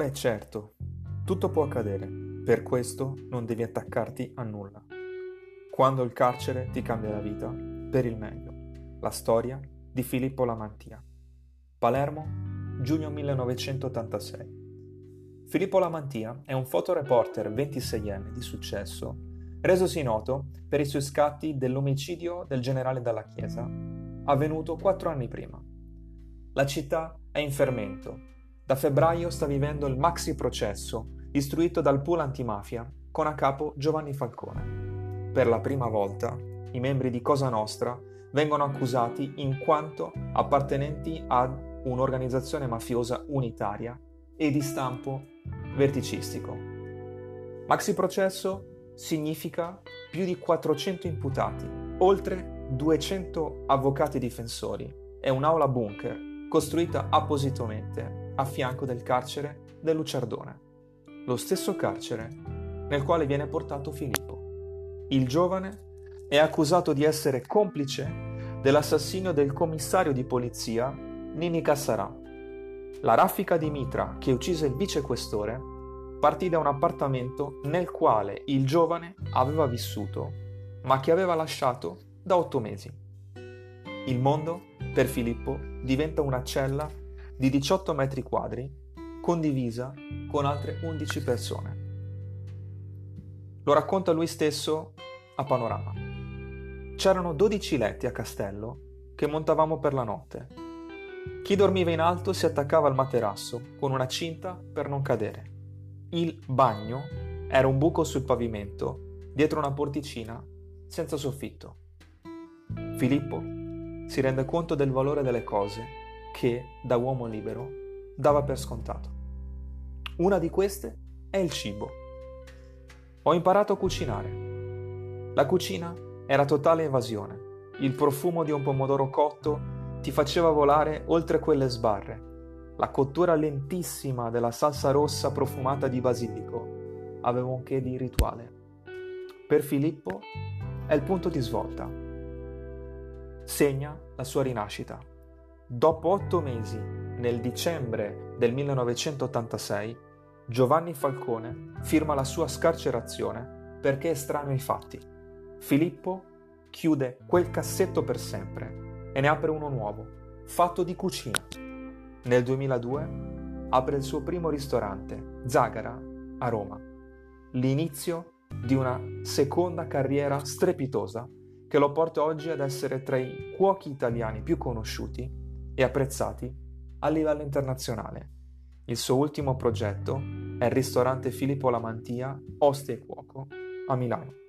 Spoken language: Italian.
Nulla è certo, tutto può accadere, per questo non devi attaccarti a nulla. Quando il carcere ti cambia la vita, per il meglio. La storia di Filippo Lamantia. Palermo, giugno 1986. Filippo Lamantia è un fotoreporter 26enne di successo, resosi noto per i suoi scatti dell'omicidio del generale Dalla Chiesa, avvenuto 4 anni prima. La città è in fermento. Da febbraio sta vivendo il maxi processo istruito dal pool antimafia con a capo Giovanni Falcone. Per la prima volta i membri di Cosa Nostra vengono accusati in quanto appartenenti ad un'organizzazione mafiosa unitaria e di stampo verticistico. Maxi processo significa più di 400 imputati, oltre 200 avvocati difensori e un'aula bunker costruita appositamente a fianco del carcere del Luciardone, lo stesso carcere nel quale viene portato Filippo. Il giovane è accusato di essere complice dell'assassinio del commissario di polizia Ninni Cassarà. La raffica di mitra che uccise il vicequestore partì da un appartamento nel quale il giovane aveva vissuto, ma che aveva lasciato da 8 mesi. Il mondo, per Filippo, diventa una cella di 18 metri quadri, condivisa con altre 11 persone. Lo racconta lui stesso a Panorama. C'erano 12 letti a Castello che montavamo per la notte. Chi dormiva in alto si attaccava al materasso con una cinta per non cadere. Il bagno era un buco sul pavimento, dietro una porticina, senza soffitto. Filippo si rende conto del valore delle cose che, da uomo libero, dava per scontato. Una di queste è il cibo. Ho imparato a cucinare. La cucina era totale evasione. Il profumo di un pomodoro cotto ti faceva volare oltre quelle sbarre. La cottura lentissima della salsa rossa profumata di basilico aveva un che di rituale. Per Filippo è il punto di svolta. Segna la sua rinascita. Dopo 8 mesi, nel dicembre del 1986, Giovanni Falcone firma la sua scarcerazione perché estranea ai fatti. Filippo chiude quel cassetto per sempre e ne apre uno nuovo, fatto di cucina. Nel 2002 apre il suo primo ristorante, Zagara, a Roma. L'inizio di una seconda carriera strepitosa che lo porta oggi ad essere tra i cuochi italiani più conosciuti e apprezzati a livello internazionale. Il suo ultimo progetto è il ristorante Filippo Lamantia, Ostia e Cuoco, a Milano.